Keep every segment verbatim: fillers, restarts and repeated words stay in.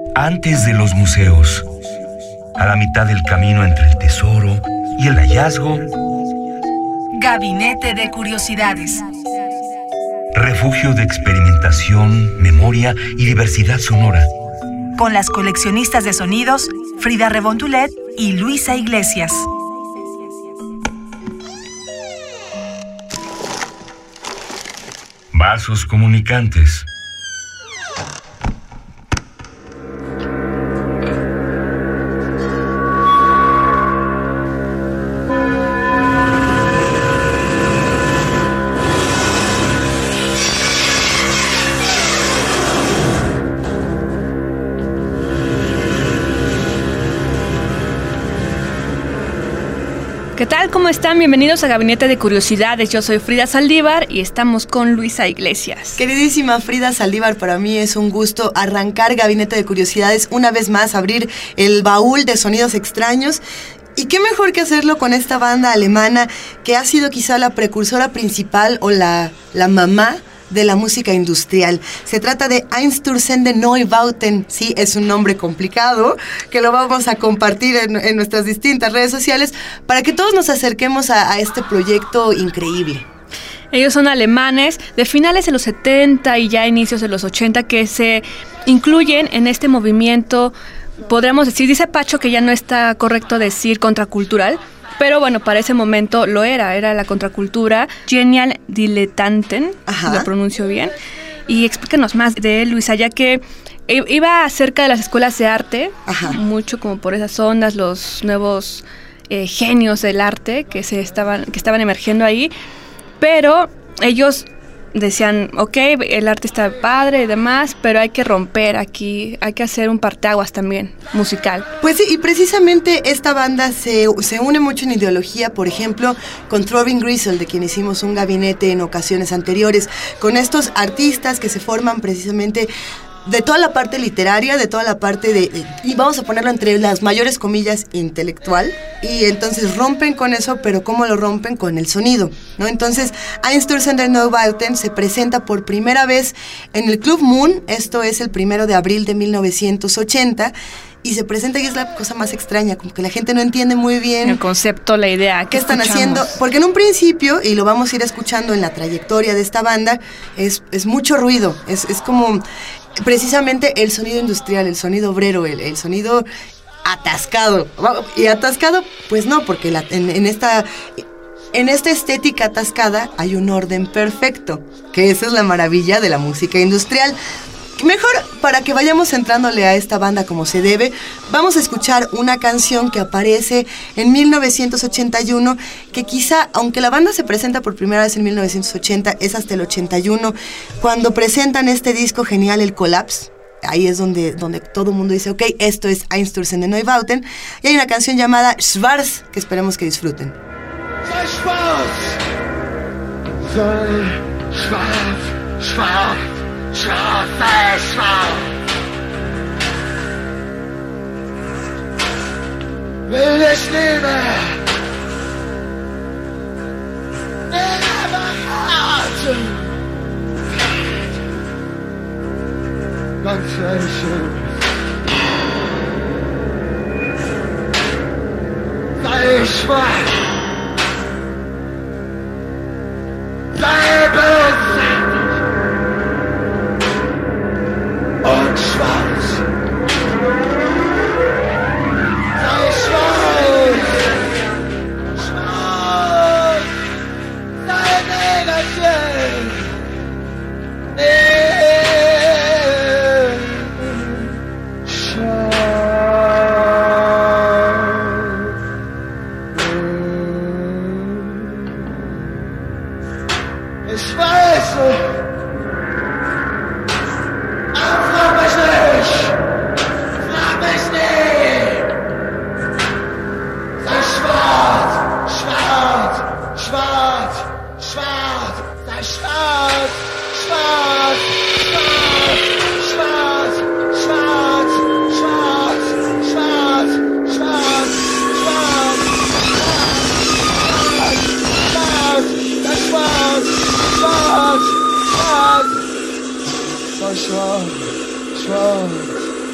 Antes de los museos, a la mitad del camino entre el tesoro y el hallazgo, Gabinete de Curiosidades. Refugio de experimentación, memoria y diversidad sonora. Con las coleccionistas de sonidos, Frida Rebontulet y Luisa Iglesias. Vasos comunicantes. ¿Qué tal? ¿Cómo están? Bienvenidos a Gabinete de Curiosidades. Yo soy Frida Saldívar y estamos con Luisa Iglesias. Queridísima Frida Saldívar, para mí es un gusto arrancar Gabinete de Curiosidades una vez más, abrir el baúl de sonidos extraños. Y qué mejor que hacerlo con esta banda alemana que ha sido quizá la precursora principal o la, la mamá de la música industrial. Se trata de Einstürzende Neubauten. Sí, es un nombre complicado que lo vamos a compartir en, en nuestras distintas redes sociales para que todos nos acerquemos a, a este proyecto increíble. Ellos son alemanes de finales de los setenta y ya inicios de los ochenta que se incluyen en este movimiento, podríamos decir, dice Pacho que ya no está correcto decir contracultural, pero bueno, para ese momento lo era, era la contracultura. Genial Dilettanten, lo pronuncio bien. Y explícanos más de él, Luisa, ya que iba cerca de las escuelas de arte, Ajá. mucho como por esas ondas, los nuevos eh, genios del arte que, se estaban, que estaban emergiendo ahí, pero ellos decían, ok, el arte está padre y demás, pero hay que romper aquí, hay que hacer un parteaguas también, musical. Pues sí, y precisamente esta banda se, se une mucho en ideología, por ejemplo, con Throbbing Gristle, de quien hicimos un gabinete en ocasiones anteriores, con estos artistas que se forman precisamente de toda la parte literaria, de toda la parte de, de, y vamos a ponerlo entre las mayores comillas, intelectual, y entonces rompen con eso, pero ¿cómo lo rompen? Con el sonido, ¿no? Entonces, Einstürzende Neubauten se presenta por primera vez en el Club Moon, esto es el primero de abril de mil novecientos ochenta, y se presenta y es la cosa más extraña, como que la gente no entiende muy bien el concepto, la idea, qué están haciendo, porque en un principio, y lo vamos a ir escuchando en la trayectoria de esta banda, es, es mucho ruido, es, es como precisamente el sonido industrial, el sonido obrero, el, el sonido atascado. Y atascado, pues no, porque la, en, en esta... En esta estética atascada hay un orden perfecto, que esa es la maravilla de la música industrial. Mejor, para que vayamos entrándole a esta banda como se debe, vamos a escuchar una canción que aparece en mil novecientos ochenta y uno, que quizá, aunque la banda se presenta por primera vez en mil novecientos ochenta, es hasta el ochenta y uno, cuando presentan este disco genial, el Collapse. Ahí es donde, donde todo el mundo dice, ok, esto es Einstürzende Neubauten, y hay una canción llamada Schwarz, que esperemos que disfruten. Sei schwarz, sei schwarz, schwarz. Schwarz, sei schwarz. Will ich leben? Lebe Atem. Ganz schön. Sei schwarz. Sei böse. Und schwarz. Sei schwarz. Schwarz. Sei negativ. Nee. Schwarz.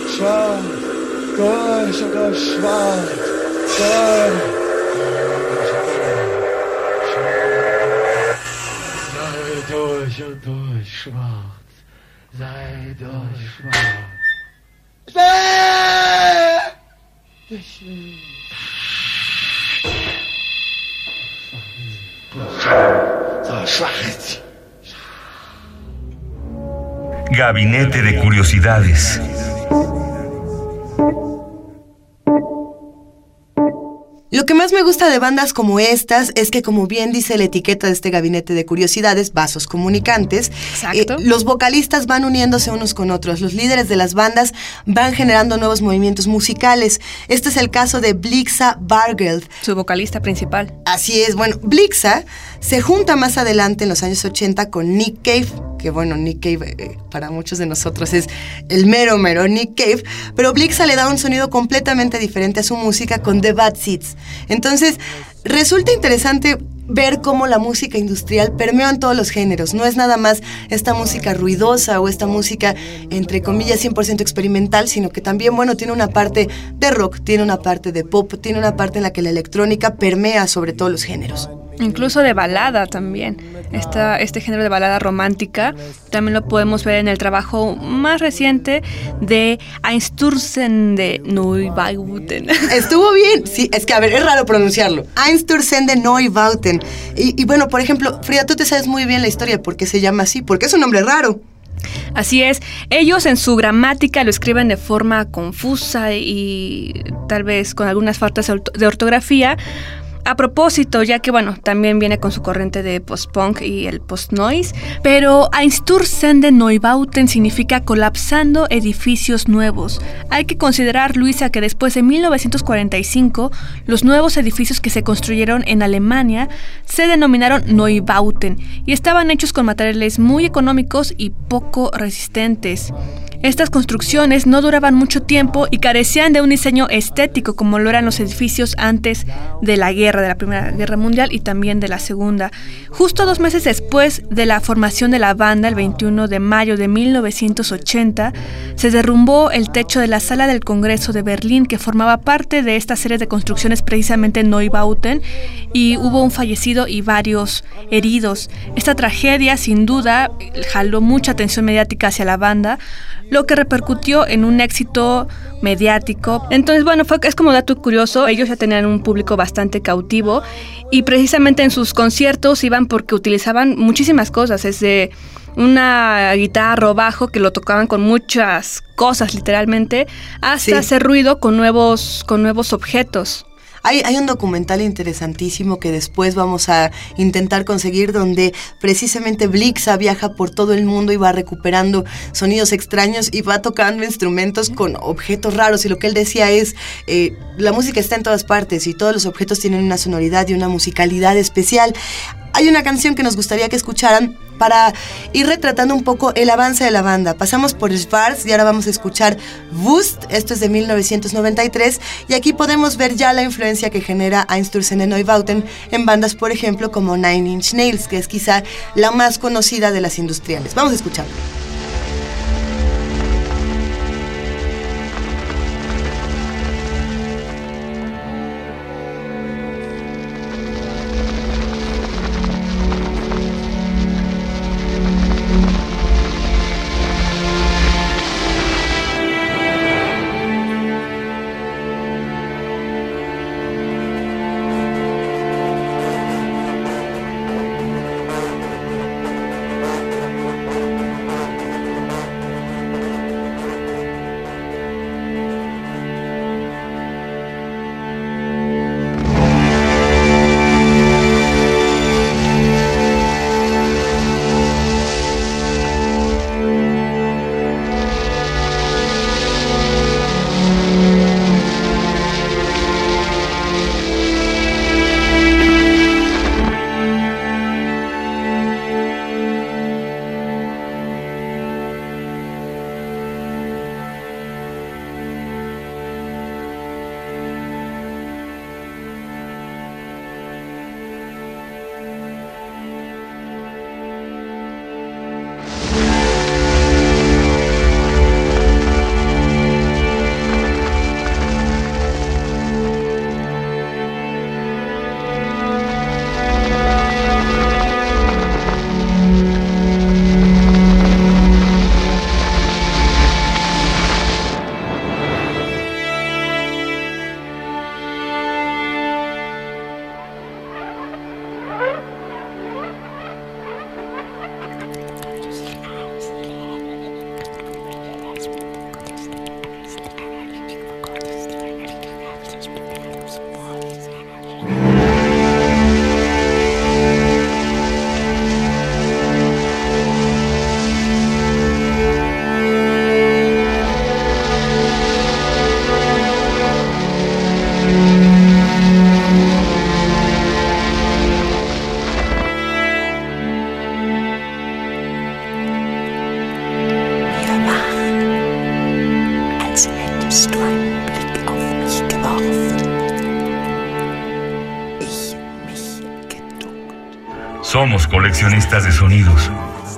schwarz, durch und durch schwarz, durch. Sei durch und durch schwarz, sei durch schwarz. Ich will. So schwarz. Gabinete de Curiosidades. Lo que más me gusta de bandas como estas es que, como bien dice la etiqueta de este gabinete de curiosidades, vasos comunicantes, eh, los vocalistas van uniéndose unos con otros, los líderes de las bandas van generando nuevos movimientos musicales. Este es el caso de Blixa Bargeld, su vocalista principal. Así es, bueno, Blixa se junta más adelante en los años ochenta con Nick Cave, que bueno, Nick Cave eh, para muchos de nosotros es el mero mero Nick Cave, pero Blixa le da un sonido completamente diferente a su música con The Bad Seeds. Entonces, resulta interesante ver cómo la música industrial permeó en todos los géneros. No es nada más esta música ruidosa o esta música, entre comillas, cien por ciento experimental, sino que también, bueno, tiene una parte de rock, tiene una parte de pop, tiene una parte en la que la electrónica permea sobre todos los géneros. Incluso de balada también. Esta, este género de balada romántica también lo podemos ver en el trabajo más reciente de Einstürzende Neubauten. Estuvo bien. Sí, es que a ver, es raro pronunciarlo. Einstürzende Neubauten. Y, y bueno, por ejemplo, Frida, tú te sabes muy bien la historia de por qué se llama así, porque es un nombre raro. Así es, ellos en su gramática lo escriben de forma confusa y tal vez con algunas faltas de ortografía. A propósito, ya que bueno, también viene con su corriente de post-punk y el post-noise, pero Einstürzende Neubauten significa colapsando edificios nuevos. Hay que considerar, Luisa, que después de mil novecientos cuarenta y cinco, los nuevos edificios que se construyeron en Alemania se denominaron Neubauten y estaban hechos con materiales muy económicos y poco resistentes. Estas construcciones no duraban mucho tiempo y carecían de un diseño estético como lo eran los edificios antes de la guerra, de la Primera Guerra Mundial y también de la Segunda. Justo dos meses después de la formación de la banda, el veintiuno de mayo de mil novecientos ochenta, se derrumbó el techo de la Sala del Congreso de Berlín, que formaba parte de esta serie de construcciones precisamente Neubauten, y hubo un fallecido y varios heridos. Esta tragedia, sin duda, jaló mucha atención mediática hacia la banda, lo que repercutió en un éxito mediático. Entonces, bueno, fue, es como dato curioso, ellos ya tenían un público bastante cautivo y precisamente en sus conciertos iban porque utilizaban muchísimas cosas, desde una guitarra o bajo que lo tocaban con muchas cosas literalmente, hasta sí. hacer ruido con nuevos, con nuevos objetos. Hay, hay un documental interesantísimo que después vamos a intentar conseguir, donde precisamente Blixa viaja por todo el mundo y va recuperando sonidos extraños y va tocando instrumentos con objetos raros, y lo que él decía es, eh, la música está en todas partes y todos los objetos tienen una sonoridad y una musicalidad especial. Hay una canción que nos gustaría que escucharan para ir retratando un poco el avance de la banda. Pasamos por Schwarz y ahora vamos a escuchar Wust. Esto es de mil novecientos noventa y tres y aquí podemos ver ya la influencia que genera Einstürzende Neubauten en bandas, por ejemplo, como Nine Inch Nails, que es quizá la más conocida de las industriales. Vamos a escucharlo. Habst du einen Blick auf mich geworfen? Ich mich geduckt. Somos coleccionistas de sonidos.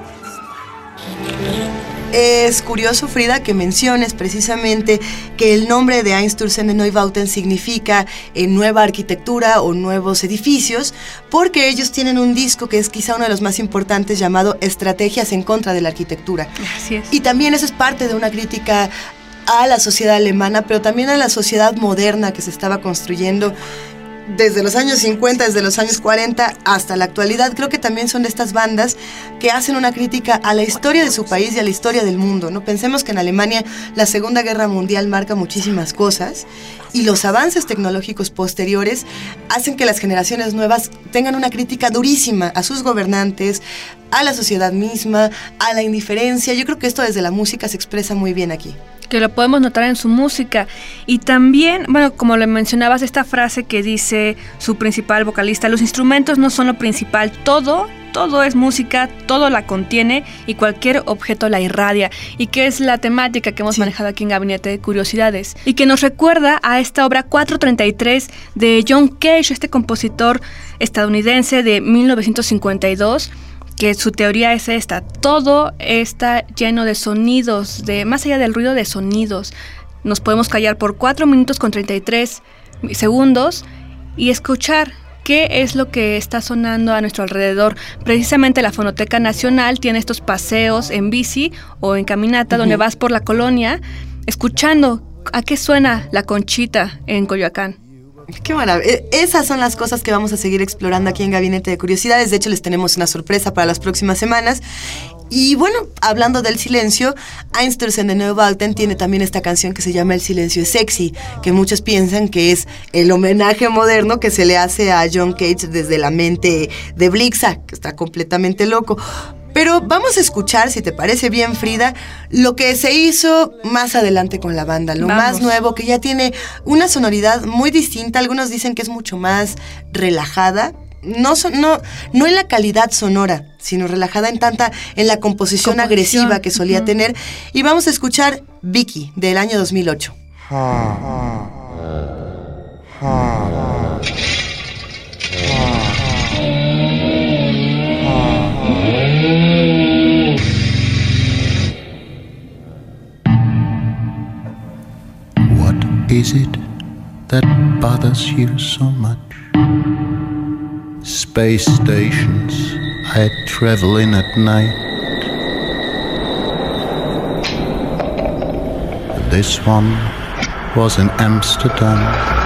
Es curioso, Frida, que menciones precisamente que el nombre de Einstürzende Neubauten significa eh, nueva arquitectura o nuevos edificios, porque ellos tienen un disco que es quizá uno de los más importantes llamado Estrategias en contra de la arquitectura. Así es. Y también eso es parte de una crítica a la sociedad alemana, pero también a la sociedad moderna que se estaba construyendo desde los años cincuenta, desde los años cuarenta hasta la actualidad. Creo que también son de estas bandas que hacen una crítica a la historia de su país y a la historia del mundo, ¿no? Pensemos que en Alemania la Segunda Guerra Mundial marca muchísimas cosas y los avances tecnológicos posteriores hacen que las generaciones nuevas tengan una crítica durísima a sus gobernantes, a la sociedad misma, a la indiferencia. Yo creo que esto desde la música se expresa muy bien aquí. Que lo podemos notar en su música. Y también, bueno, como le mencionabas, esta frase que dice su principal vocalista: los instrumentos no son lo principal, todo, todo es música, todo la contiene y cualquier objeto la irradia. Y que es la temática que hemos sí. manejado aquí en Gabinete de Curiosidades. Y que nos recuerda a esta obra cuatrocientos treinta y tres de John Cage, este compositor estadounidense de mil novecientos cincuenta y dos, que su teoría es esta: todo está lleno de sonidos, de más allá del ruido, de sonidos. Nos podemos callar por cuatro minutos con treinta y tres segundos y escuchar qué es lo que está sonando a nuestro alrededor. Precisamente la Fonoteca Nacional tiene estos paseos en bici o en caminata, uh-huh. donde vas por la colonia escuchando a qué suena la conchita en Coyoacán. Qué maravilla. Esas son las cosas que vamos a seguir explorando aquí en Gabinete de Curiosidades. De hecho, les tenemos una sorpresa para las próximas semanas. Y bueno, hablando del silencio, Einstürzende Neubauten tiene también esta canción que se llama El silencio es sexy, que muchos piensan que es el homenaje moderno que se le hace a John Cage desde la mente de Blixa, que está completamente loco. Pero vamos a escuchar, si te parece bien, Frida, lo que se hizo más adelante con la banda, lo vamos. más nuevo, que ya tiene una sonoridad muy distinta. Algunos dicen que es mucho más relajada, no, no, no en la calidad sonora, sino relajada en tanta, en la composición, composición. agresiva que solía uh-huh. tener. Y vamos a escuchar Vicky, del año dos mil ocho. Is it that bothers you so much? Space stations I travel in at night. This one was in Amsterdam.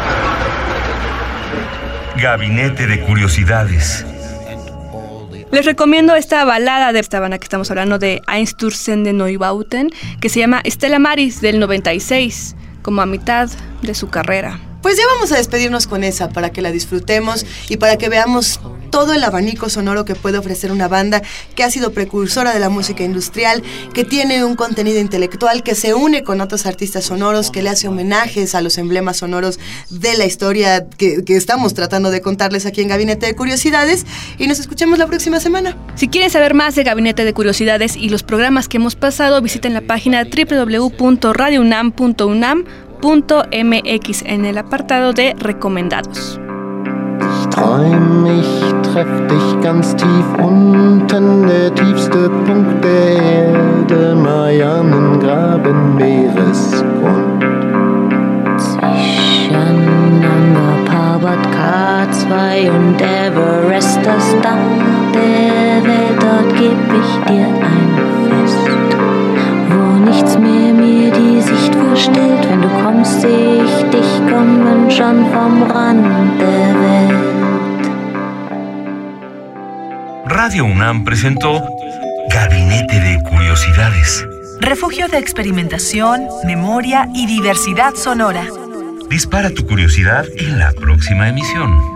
Gabinete de Curiosidades. Les recomiendo esta balada de esta banda que estamos hablando, de Einstürzende Neubauten, que se llama Stella Maris, del noventa y seis, como a mitad de su carrera. Pues ya vamos a despedirnos con esa, para que la disfrutemos y para que veamos todo el abanico sonoro que puede ofrecer una banda que ha sido precursora de la música industrial, que tiene un contenido intelectual, que se une con otros artistas sonoros, que le hace homenajes a los emblemas sonoros de la historia que, que estamos tratando de contarles aquí en Gabinete de Curiosidades, y nos escuchamos la próxima semana. Si quieren saber más de Gabinete de Curiosidades y los programas que hemos pasado, visiten la página doble u doble u doble u punto radio unam punto unam punto m x en el apartado de recomendados. Ich träum, ich treff dich ganz tief unten, der tiefste Punkt der Erde, Marianengraben, Meeresgrund. Zwischen Angkor Parbat, K zwei und Everest, das Dach der Welt, dort geb ich dir ein Fest, wo nichts mehr mir die Sicht verstellt. Wenn du kommst, seh ich dich kommen schon vom Rand der Welt. Radio UNAM presentó Gabinete de Curiosidades. Refugio de experimentación, memoria y diversidad sonora. Dispara tu curiosidad en la próxima emisión.